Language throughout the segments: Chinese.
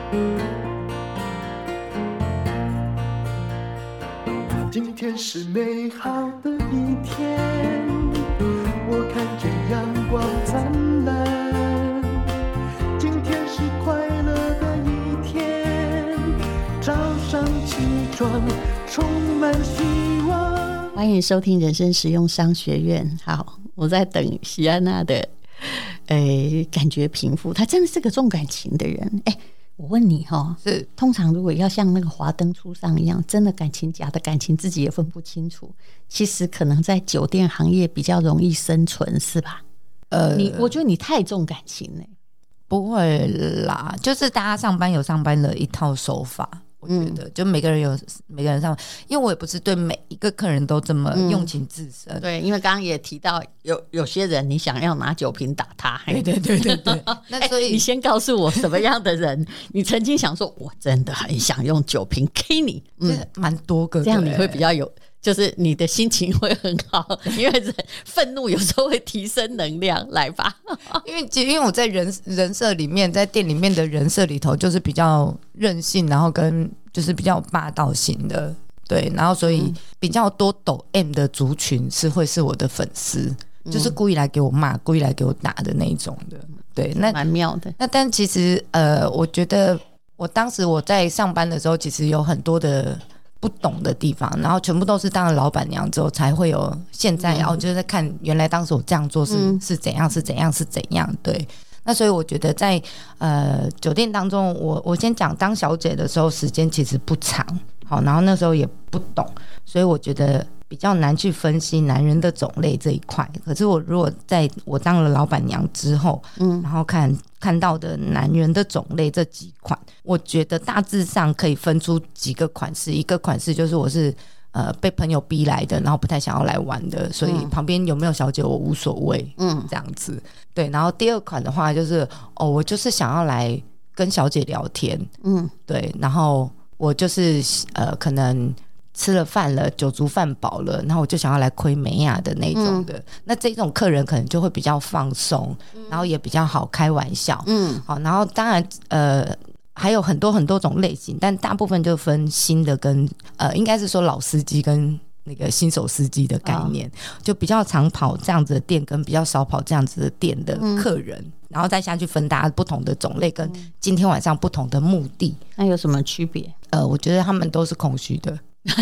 今天是美好的一天，我看见阳光灿烂。今天是快乐的一天，早上起床充满希望。 欢迎收听人生实用商学院。好，我在等喜安娜的感觉平复。她真的是个重感情的人。我问你是通常如果要像那个华灯初上一样，真的感情假的感情自己也分不清楚，其实可能在酒店行业比较容易生存，是吧？我觉得你太重感情了。 不会啦，就是大家上班有上班的一套手法，我觉得就每个人有每个人上班，因为我也不是对每一个客人都这么用情至深。对， 因为刚刚也提到有些人你想要拿酒瓶打他。 对那所以你先告诉我什么样的人你曾经想说我真的很想用酒瓶 K 你。 蛮多个， 这样你会比较有，就是你的心情会很好，因为人愤怒有时候会提升能量。来吧。 因为我在人设里面，在店里面的人设里头就是比较任性，然后跟就是比较霸道型的。对，然后所以比较多抖 M 的族群会是我的粉丝，就是故意来给我骂，故意来给我打的那一种的。对，那蛮妙的。 那但其实我觉得我当时我在上班的时候，其实有很多的不懂的地方，然后全部都是当了老板娘之后才会有现在就是在看原来当时我这样做是怎样是怎样是怎样。对，那所以我觉得在酒店当中，我先讲当小姐的时候时间其实不长，好，然后那时候也不懂，所以我觉得比较难去分析男人的种类这一块。可是我如果在我当了老板娘之后，然后看到的男人的种类这几款，我觉得大致上可以分出几个款式。一个款式就是我是被朋友逼来的，然后不太想要来玩的，所以旁边有没有小姐我无所谓，这样子。对，然后第二款的话就是我就是想要来跟小姐聊天，对，然后我就是可能吃了饭了，酒足饭饱了，然后我就想要来亏美雅的那种的。那这种客人可能就会比较放松，然后也比较好开玩笑。好，然后当然还有很多很多种类型，但大部分就分新的跟应该是说老司机跟那个新手司机的概念，就比较常跑这样子的店跟比较少跑这样子的店的客人，然后再下去分大家不同的种类跟今天晚上不同的目的。 那有什么区别？ 我觉得他们都是空虚的。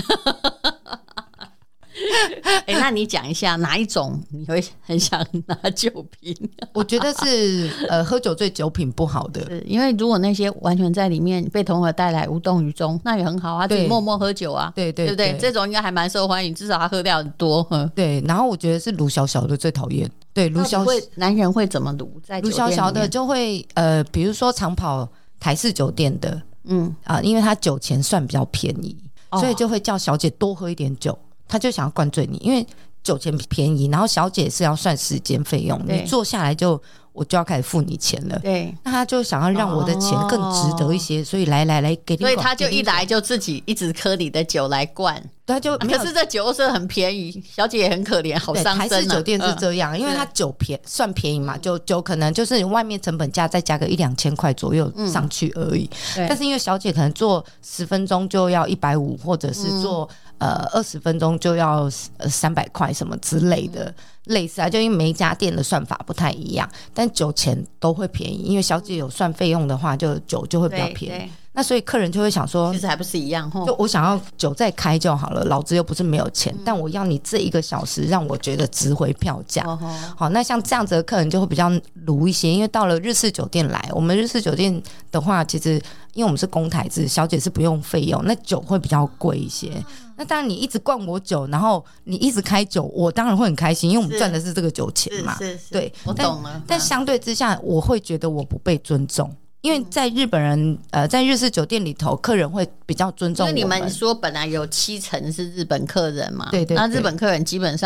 那你讲一下哪一种你会很想拿酒瓶？ 我觉得是喝酒醉酒品不好的。 因为如果那些完全在里面被同伙带来无动于衷，那也很好啊，自己默默喝酒啊。对不对？这种应该还蛮受欢迎，至少他喝掉很多。 对，然后我觉得是卢小小的最讨厌。对，卢小男人会怎么卢？在酒店里面卢小小的就会比如说常跑台式酒店的，因为他酒钱算比较便宜，所以就会叫小姐多喝一点酒，他就想要灌醉你，因为酒钱便宜，然后小姐是要算时间费用，你坐下来我就要开始付你钱了。对，那他就想要让我的钱更值得一些，所以来给你， 所以他就一来就自己一直喝你的酒来灌。 对， 可是这酒是很便宜，小姐也很可怜，好伤身啊。 台式酒店是这样，因为它酒算便宜嘛，酒可能就是外面成本价再加个1-2千块左右上去而已。但是因为小姐可能做10分钟就要150，或者是做20分钟就要300块什么之类的，类似啊，就因为每一家店的算法不太一样，但酒钱都会便宜，因为小姐有算费用的话，就酒就会比较便宜。那所以客人就会想说， 其实还不是一样， 就我想要酒再开就好了，老子又不是没有钱，但我要你这1个小时让我觉得值回票价。好，那像这样子的客人就会比较鲁一些，因为到了日式酒店来，我们日式酒店的话，其实因为我们是公台制，小姐是不用费用，那酒会比较贵一些。那当然你一直灌我酒，然后你一直开酒，我当然会很开心，因为我们赚的是这个酒钱嘛。 是对， 我懂了。 但相对之下，我会觉得我不被尊重。因为在日本人在日式酒店里头，客人会比较尊重我们。 因为你们说本来有70%是日本客人嘛， 对， 那日本客人基本上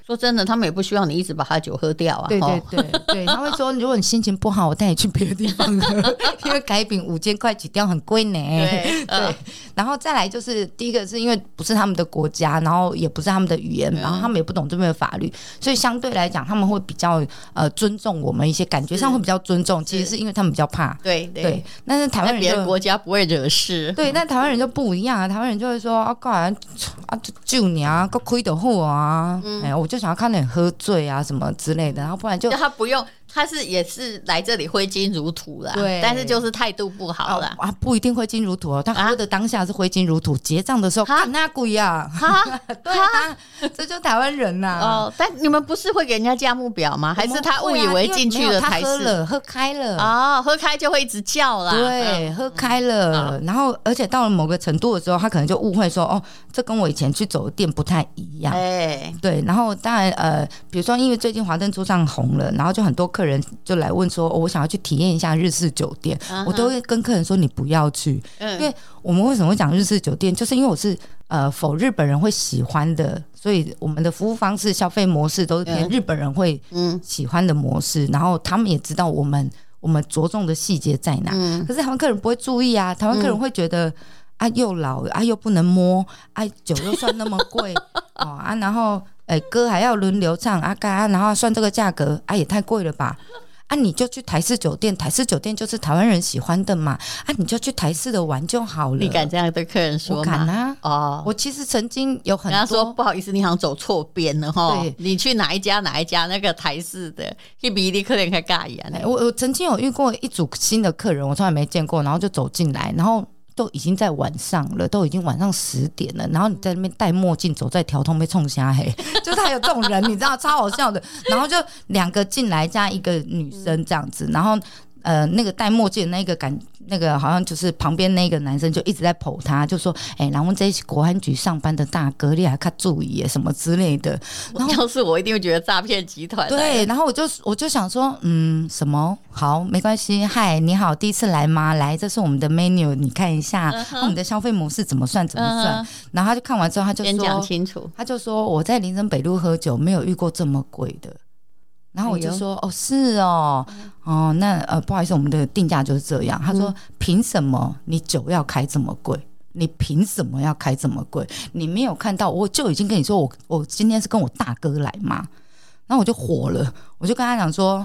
说真的，他们也不希望你一直把他酒喝掉啊。 对对对对，他会说，如果你心情不好，我带你去别的地方喝，因为改饼5000块起掉很贵呢。 对对，然后再来就是第一个是因为不是他们的国家，然后也不是他们的语言，然后他们也不懂这边的法律，所以相对来讲他们会比较尊重我们一些，感觉上会比较尊重，其实是因为他们比较怕。 对对， 但是台湾人别的国家不会惹事。 对，但台湾人就不一样啊，台湾人就会说啊，干嘛啊，救你啊，够亏的货啊，我就想要看到你喝醉啊什么之类的，然后不然就他不用，他也是来这里挥金如土啦， 对， 但是就是态度不好啦。 不一定挥金如土哦，他喝的当下是挥金如土，结账的时候看那鬼啊，对啊，这就台湾人呐。 但你们不是会给人家价目表吗？还是他误以为进去了才是？ 喝开了喝开就会一直叫啦。 对，喝开了，然后而且到了某个程度的时候，他可能就误会说，这跟我以前去走的店不太一样。对，然后当然比如说因为最近华灯初上红了，然后就很多客人就来问说，我想要去体验一下日式酒店，我都会跟客人说你不要去，因为我们为什么会讲日式酒店，就是因为我是否日本人会喜欢的，所以我们的服务方式、消费模式都是偏日本人会喜欢的模式，然后他们也知道我们着重的细节在哪，可是台湾客人不会注意啊，台湾客人会觉得又老又不能摸酒又算那么贵然后歌还要轮流唱然后算这个价格也太贵了吧你就去台式酒店，台式酒店就是台湾人喜欢的嘛你就去台式的玩就好了。 你敢这样对客人说吗？ 我敢啊。我其实曾经有很多跟他说不好意思，你好像走错边了齁。你去哪一家那个台式的去比你客人开尬眼。 我曾经有遇过一组新的客人，我从来没见过，然后就走进来，然后都已经在晚上了，都已经晚上10点了，然后你在那边戴墨镜走在条通被冲瞎黑，就是还有这种人，你知道超好笑的。然后就2个进来加1个女生这样子，然后那个戴墨镜的那个好像就是旁边那个男生就一直在捧他，就说然后这是国安局上班的大哥，你还看注意什么之类的。然后要是我一定会觉得诈骗集团。 对，然后我就想说什么好没关系，嗨你好，第一次来吗？来，这是我们的 menu， 你看一下我们的消费模式怎么算。然后他就看完之后他就说先讲清楚， 他就说我在林森北路喝酒没有遇过这么贵的。然后我就说是那不好意思，我们的定价就是这样。他说凭什么你酒要开这么贵？你凭什么要开这么贵？你没有看到我就已经跟你说我今天是跟我大哥来嘛。然后我就火了，我就跟他讲说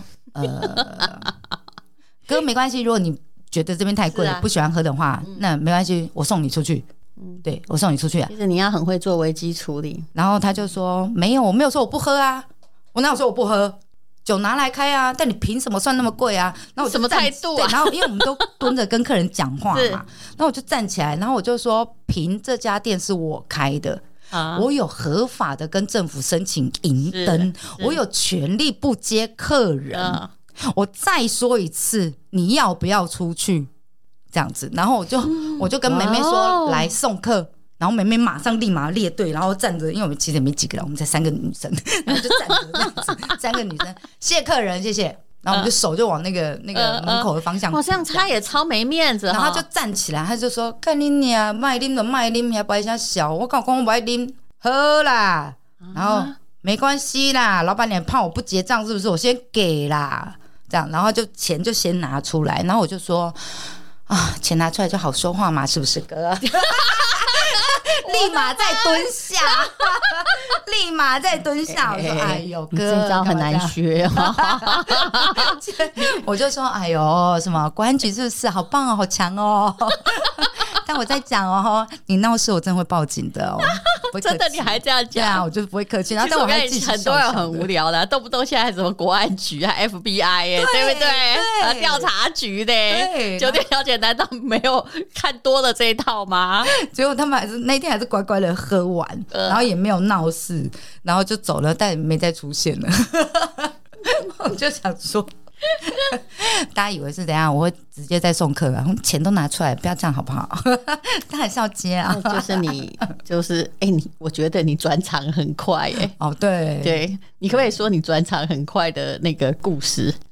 哥没关系，如果你觉得这边太贵不喜欢喝的话那没关系，我送你出去。对，我送你出去其实你要很会做危机处理。 然后他就说没有，我没有说我不喝啊，我哪有说我不喝？酒拿来开啊，但你凭什么算那么贵啊？那我什么态度啊？ 然后因为我们都蹲着跟客人讲话嘛，然后我就站起来，然后我就说凭这家店是我开的我有合法的跟政府申请银灯，我有权利不接客人我再说一次，你要不要出去？这样子，然后我就跟妹妹说来送客。然后妹妹马上立马列队，然后站着，因为我们其实也没几个人，我们才3个女生，然后就站着这样子，3个女生，谢谢客人，谢谢。然后我们就手就往那个门口的方向。 这样他也超没面子。 然后他就站起来，他就说：“看你娘，卖啉就卖啉，还白瞎小。我讲我不爱啉，喝啦。然后没关系啦，老板娘怕我不结账是不是？我先给啦，这样，然后钱就先拿出来，然后我就说钱拿出来就好说话嘛，是不是哥？”立马再蹲下，立马再蹲下。我说：“哎呦，哥， 这招很难学。” 我就说：“哎呦，什么国安局是不是好棒哦，好强哦？”但我在讲你闹事我真的会报警的哦。 真的，你还这样讲？ 对啊，我就不会客气。但我还很多人很无聊的，动不动现在什么国安局还 FBI 对不对？调查局的酒店小姐难道没有看多了这一套吗？ 结果他们那天还是乖乖的喝完，然后也没有闹事，然后就走了，但没再出现了。我就想说。大家以为是怎样？我会直接再送客啊，钱都拿出来，不要这样好不好？但还是要接啊。 就是你，就是我觉得你转场很快对， 你可不可以说你转场很快的那个故事？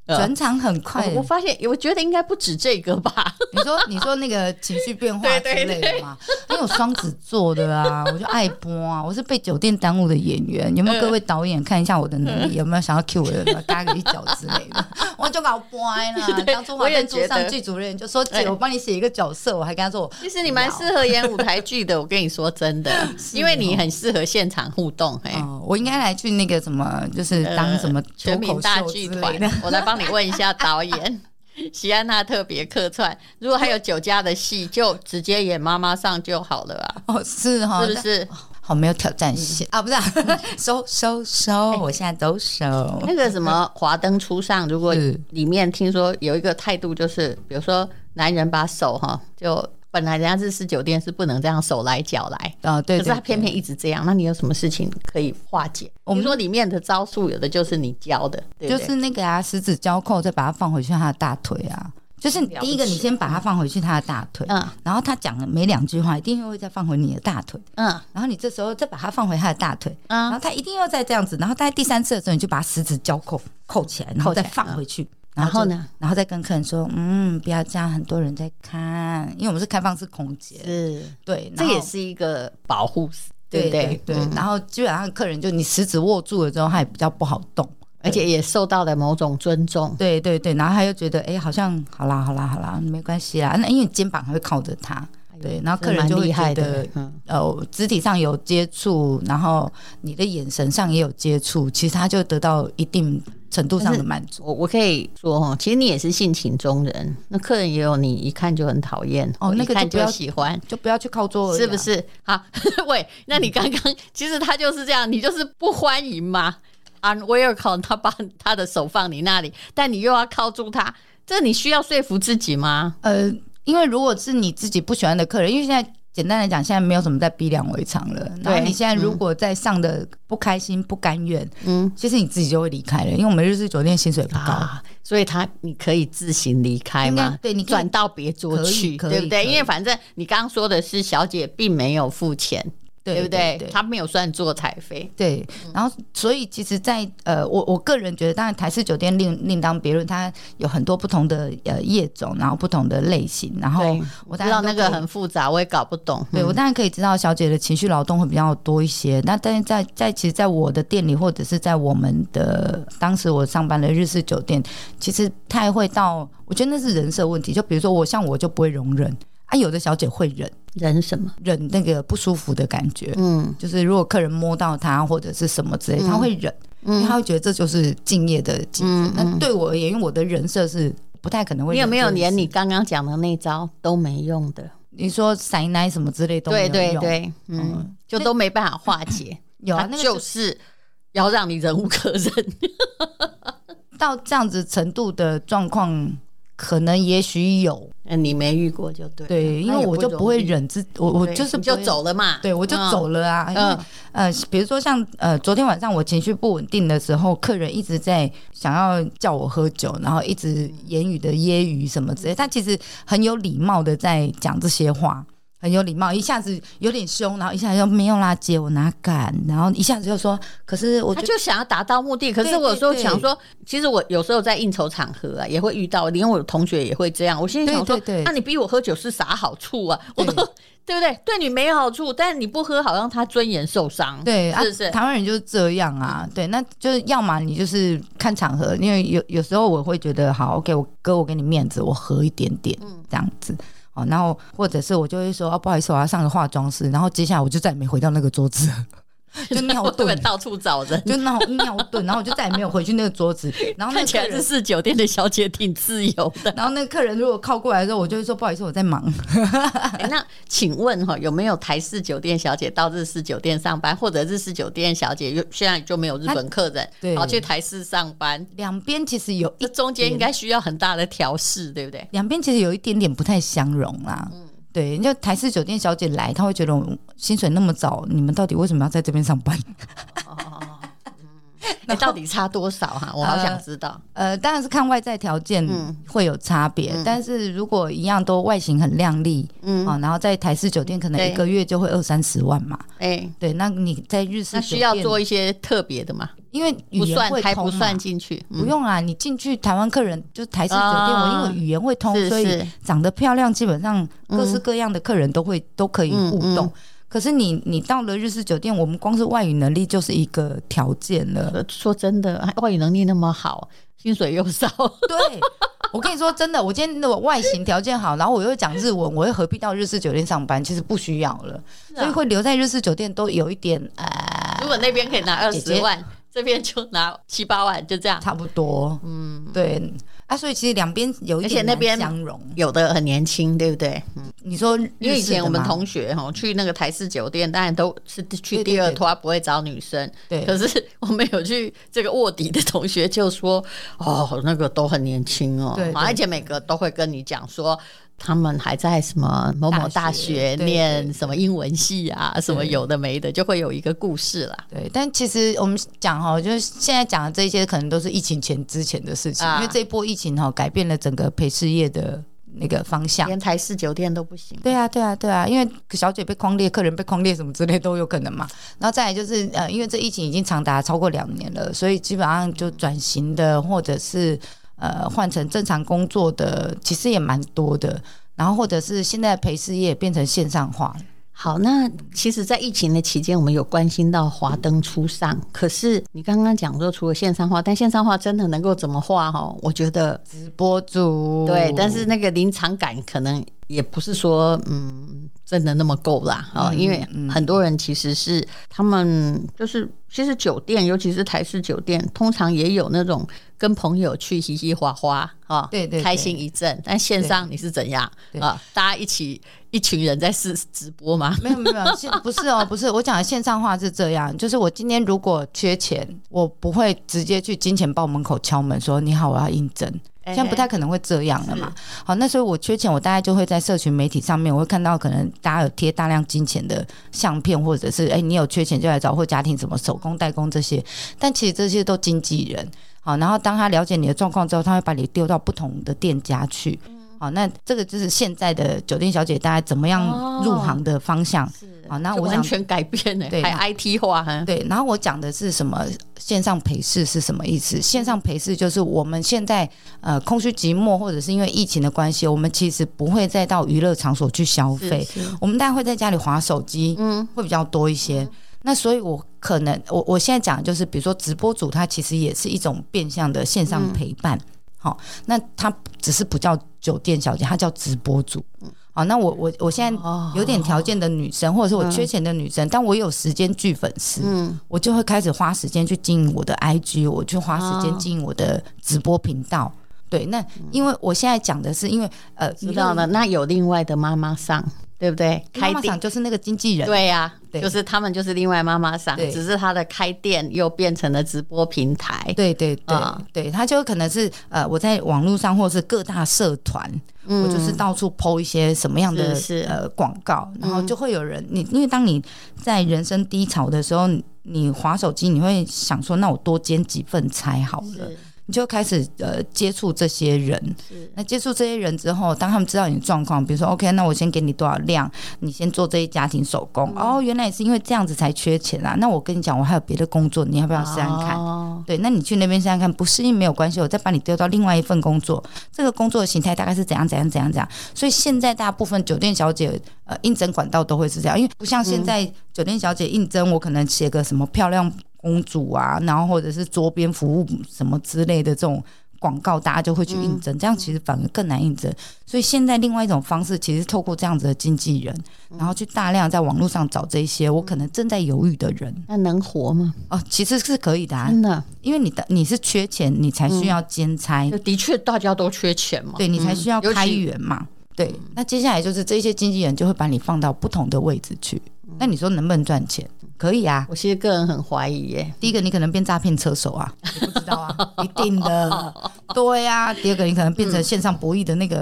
转场很快。 我发现，我觉得应该不止这个吧。 你说那个情绪变化之类的嘛？因为有双子座的啊，我就爱播啊，我是被酒店耽误的演员。有没有各位导演看一下我的能力？有没有想要 cue 我的搭个一脚之类的？我就搞乖啦。当初我在桌上，剧主任就说：“姐，我帮你写一个角色。”我还跟他说：“ 其实你蛮适合演舞台剧的。”我跟你说真的，因为你很适合现场互动。 我应该来去那个什么，就是当什么全民大剧团，我来帮你问一下导演。席安娜特别客串，如果还有酒家的戏，就直接演妈妈上就好了啊。 是哈， 是不是？ 好没有挑战性啊！不是、收，我现在都收。 那个什么华灯初上，如果里面听说有一个态度，就是比如说男人把手就本来人家日式酒店是不能这样手来脚来对， 可是他偏偏一直这样，那你有什么事情可以化解？我们说里面的招数有的就是你教的，对不对？ 就是那个十指交扣，再把它放回去他的大腿啊。就是第一个，你先把它放回去他的大腿，然后他讲了没2句话，一定会再放回你的大腿，然后你这时候再把它放回他的大腿，然后他一定要再这样子，然后大概第3次的时候，你就把十指交扣起来，然后再放回去。然后呢？然后再跟客人说，不要这样，很多人在看，因为我们是开放式空间，对， 这也是一个保护，对不对？ 对。然后基本上客人就你食指握住了之后，他也比较不好动， 而且也受到了某种尊重， 对。然后他又觉得，好像好啦，没关系啦，那因为肩膀还会靠着他。对，然后客人就会觉得，肢体上有接触，然后你的眼神上也有接触，其实他就得到一定程度上的满足。 我可以说，其实你也是性情中人，那客人也有你一看就很讨厌， 那个一看就喜欢， 就不要去靠桌， 是不是？好，喂，那你刚刚其实他就是这样，你就是不欢迎吗？Unwelcome， 他把他的手放你那里，但你又要靠住他，这你需要说服自己吗？ 因为如果是你自己不喜欢的客人，因为现在简单来讲，现在没有什么在逼良为娼了。然后你现在如果在上的不开心、不甘愿，其实你自己就会离开了。因为我们日式酒店薪水不高， 所以你可以自行离开嘛？对，你转到别桌去，对不对？因为反正你刚刚说的是小姐并没有付钱。对不对？他没有算做台费。 对，然后所以其实在我个人觉得，当然台式酒店另当别论，它有很多不同的业种，然后不同的类型。然后我知道那个很复杂，我也搞不懂。 对，我当然可以知道小姐的情绪劳动会比较多一些。那但是其实在我的店里，或者是在我们的当时我上班的日式酒店，其实太会到，我觉得那是人设问题。就比如说我就不会容忍。有的小姐会忍什么？ 忍那个不舒服的感觉。就是如果客人摸到她或者是什么之类，她会忍，因为她会觉得这就是敬业的精神。那对我而言，因为我的人设是不太可能会忍。 你有没有连你刚刚讲的那招都没用的？ 你说塞奶什么之类都没有用， 对，就都没办法化解。 有啊， 那就是要让你忍无可忍。 到这样子程度的状况。可能也许有， 你没遇过就对。 对，因为我就不会忍我就是就走了嘛。 对，我就走了啊。因为比如说像昨天晚上我情绪不稳定的时候，客人一直在想要叫我喝酒，然后一直言语的揶揄什么之类，他其实很有礼貌的在讲这些话。很有礼貌，一下子有点凶，然后一下子就没有啦姐我哪敢，然后一下子就说可是我他就想要达到目的。可是我有时候想说，其实我有时候在应酬场合也会遇到，连我的同学也会这样。我心里想说，那你逼我喝酒是啥好处啊？我都对不对？对你没好处，但是你不喝好像他尊严受伤。 对， 是不是？ 台湾人就是这样啊。对，那就是要么你就是看场合，因为有时候我会觉得好 OK， 我给你面子，我喝一点点这样子。然后或者是我就会说不好意思，我要上个化妆室，然后接下来我就再也没回到那个桌子了。就尿遁， 到处找人， 就尿遁，然后我就再也没有回去那个桌子。然后看起来日式酒店的小姐挺自由的。 然后那个客人如果靠过来的时候，我就会说不好意思，我在忙。 那请问有没有台式酒店小姐到日式酒店上班，或者日式酒店小姐现在就没有日本客人，跑去台式上班？ 两边其实有一中间应该需要很大的调试，对不对？ 两边其实有一点点不太相容啦。对，就台式酒店小姐来，她会觉得我薪水那么早，你们到底为什么要在这边上班？ 到底差多少哈？我好想知道。 当然是看外在条件会有差别，但是如果一样都外形很靓丽，然后在台式酒店可能1个月就会20-30万嘛，对，那你在日式酒店那需要做一些特别的嘛？ 因为语言会通嘛， 还不算进去， 不用啦。你进去台湾客人就台式酒店，我因为语言会通，所以长得漂亮，基本上各式各样的客人都可以互动。可是你到了日式酒店，我们光是外语能力就是一个条件了。 说真的，外语能力那么好，薪水又少。 对，我跟你说真的，我今天的外形条件好，然后我又讲日文，我又何必到日式酒店上班？其实不需要了，所以会留在日式酒店都有一点如果那边可以拿20万。这边就拿7-8万，就这样差不多。对啊，所以其实两边有一点难相容， 有的很年轻，对不对？ 你说因为以前我们同学去那个台式酒店，当然都是去第二拖，不会找女生。对，可是我们有去这个卧底的同学就说，那个都很年轻哦，对，而且每个都会跟你讲说。他们还在什么某某大学念什么英文系啊，什么有的没的，就会有一个故事啦。 对，但其实我们讲就是现在讲的这些，可能都是疫情之前的事情，因为这一波疫情改变了整个陪侍业的那个方向， 连台式酒店都不行。 对啊，因为小姐被框列，客人被框列，什么之类都有可能嘛。然后再来就是因为这疫情已经长达超过2年了，所以基本上就转型的或者是换成正常工作的，其实也蛮多的。然后或者是现在陪侍业变成线上化了。 好，那其实在疫情的期间我们有关心到华灯初上，可是你刚刚讲说除了线上化，但线上化真的能够怎么化我觉得直播主对，但是那个临场感可能也不是说真的那么够啦因为很多人其实是他们就是其实酒店尤其是台式酒店通常也有那种跟朋友去嘻嘻哈哈对，开心一阵，但线上你是怎样大家一群人在直播吗？ 没有不是我讲的线上化是这样，就是我今天如果缺钱，我不会直接去金钱豹门口敲门说你好我要应征，现在不太可能会这样了嘛。好，那所以我缺钱，我大概就会在社群媒体上面，我会看到可能大家有贴大量金钱的相片，或者是你有缺钱就来找，或家庭什么手工代工这些，但其实这些都经纪人。好，然后当他了解你的状况之后，他会把你丢到不同的店家去。好，那这个就是现在的酒店小姐大概怎么样入行的方向。好，那我完全改变了，还 IT 化。 对，然后我讲的是什么？线上陪侍是什么意思？线上陪侍就是我们现在空虚寂寞，或者是因为疫情的关系，我们其实不会再到娱乐场所去消费，我们大概会在家里滑手机，会比较多一些。那所以我可能我现在讲的就是比如说直播主他其实也是一种变相的线上陪伴。好，那他只是不叫酒店小姐，他叫直播主。好，那我现在有点条件的女生，或者是我缺钱的女生，但我有时间聚粉丝，我就会开始花时间去经营我的 IG， 我就花时间经营我的直播频道。对，那因为我现在讲的是因为知道了，那有另外的妈妈桑，对不对？ 妈妈桑就是那个经纪人， 对呀，就是他们就是另外妈妈桑，只是他的开店又变成了直播平台。 对，他就可能是我在网络上或是各大社团，我就是到处 po 一些什么样的广告，然后就会有人因为当你在人生低潮的时候，你滑手机，你会想说，那我多兼几份差好了。你就开始接触这些人，那接触这些人之后，当他们知道你的状况，比如说 OK， 那我先给你多少量，你先做这些家庭手工。原来是因为这样子才缺钱啊。那我跟你讲，我还有别的工作，你要不要试试看？对，那你去那边试试看，不适应没有关系，我再把你丢到另外一份工作。这个工作的形态大概是怎样。所以现在大部分酒店小姐应征管道都会是这样，因为不像现在酒店小姐应征，我可能写个什么漂亮公主啊，然后或者是桌边服务什么之类的这种广告，大家就会去应征，这样其实反而更难应征。所以现在另外一种方式，其实透过这样子的经纪人，然后去大量在网络上找这些我可能正在犹豫的人。 那能活吗？ 其实是可以的真的， 因为你是缺钱，你才需要兼差。 的确，大家都缺钱嘛， 对，你才需要开源嘛。对，那接下来就是这些经纪人就会把你放到不同的位置去。那你说能不能赚钱？可以啊。 我其实个人很怀疑耶。 第一个，你可能变诈骗车手啊，你不知道啊，一定的。对啊。第二个，你可能变成线上博弈的那个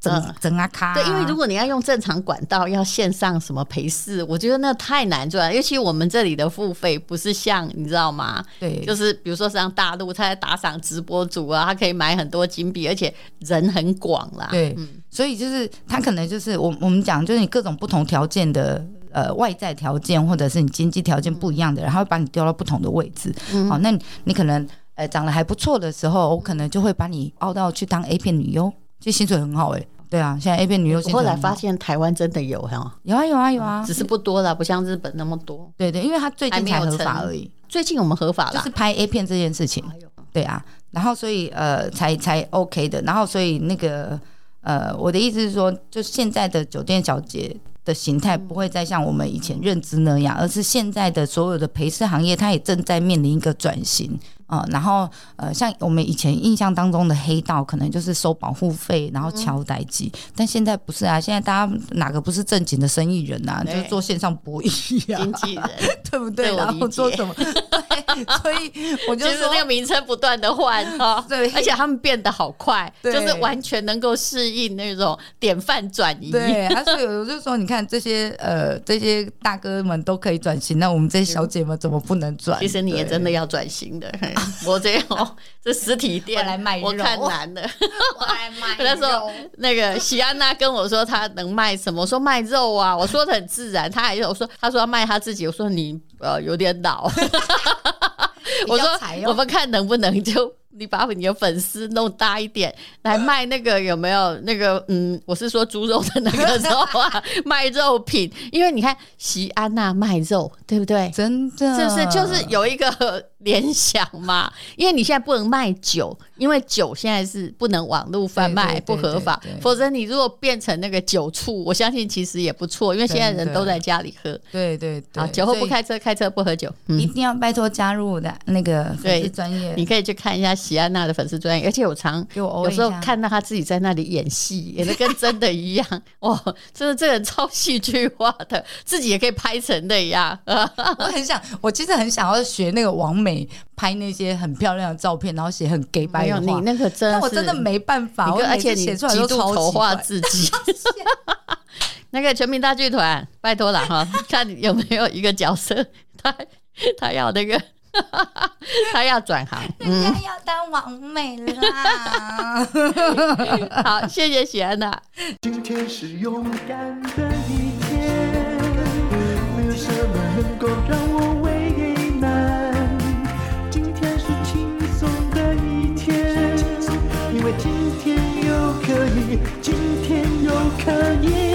整啊卡。 对，因为如果你要用正常管道，要线上什么陪侍，我觉得那太难赚，尤其我们这里的付费不是像你知道吗？ 对， 就是比如说像大陆，他在打赏直播主啊，他可以买很多金币，而且人很广啦。 对，所以就是他可能就是我们讲，就是你各种不同条件的。外在条件或者是你经济条件不一样的人，他会把你丢到不同的位置。好，那你可能长得还不错的时候，我可能就会把你凹到去当 A 片女优，其实薪水很好对啊，现在 A 片女优薪水很好。 我后来发现台湾真的有啊， 只是不多啦，不像日本那么多。 对，因为他最近才合法而已。 最近我们合法啦， 就是拍 A 片这件事情。对啊，然后所以才 OK 的。然后所以那个我的意思是说，就现在的酒店小姐的形态不会再像我们以前认知那样，而是现在的所有的陪侍行业，它也正在面临一个转型。然后像我们以前印象当中的黑道，可能就是收保护费，然后敲代记，但现在不是啊，现在大家哪个不是正经的生意人啊？就是做线上博弈啊， 经纪人， 对不对？然后做什么？对，所以我就说那个名称不断的换对，而且他们变得好快，就是完全能够适应那种典范转移。 对，所以我就说，你看这些大哥们都可以转型，那我们这些小姐们怎么不能转？ 其实你也真的要转型的。我这实体店我来卖肉， 我看难了。 我来卖肉。 那时候那个喜安娜跟我说她能卖什么，我说卖肉啊，我说的很自然。她说要卖她自己，我说你有点老。我说我们看能不能就你把你的粉丝弄大一点来卖那个有没有那个我是说猪肉的那个时候啊，卖肉品，因为你看席安娜卖肉，对不对？ 真的是不是就是有一个联想嘛？因为你现在不能卖酒，因为酒现在是不能网络贩卖，不合法，否则你如果变成那个酒醋，我相信其实也不错，因为现在人都在家里喝。 对对对， 酒后不开车，开车不喝酒。 一定要拜托加入的那个粉丝专业， 你可以去看一下喜安娜的粉丝专页，而且我有时候看到她自己在那里演戏，演的跟真的一样。哇，真的这个人超戏剧化的，自己也可以拍成那样。 我其实很想要学那个王美拍那些很漂亮的照片，然后写很 gay 白的话。 没有，你那个真的是， 但我真的没办法， 而且你写出来都超丑化自己。那个全民大剧团，拜托了哈，看有没有一个角色，他要那个。他要转行， 人家要当王美啦。 好，谢谢喜安娜。 今天是勇敢的一天，没有什么能够让我为难。今天是轻松的一天，因为今天又可以，今天又可以。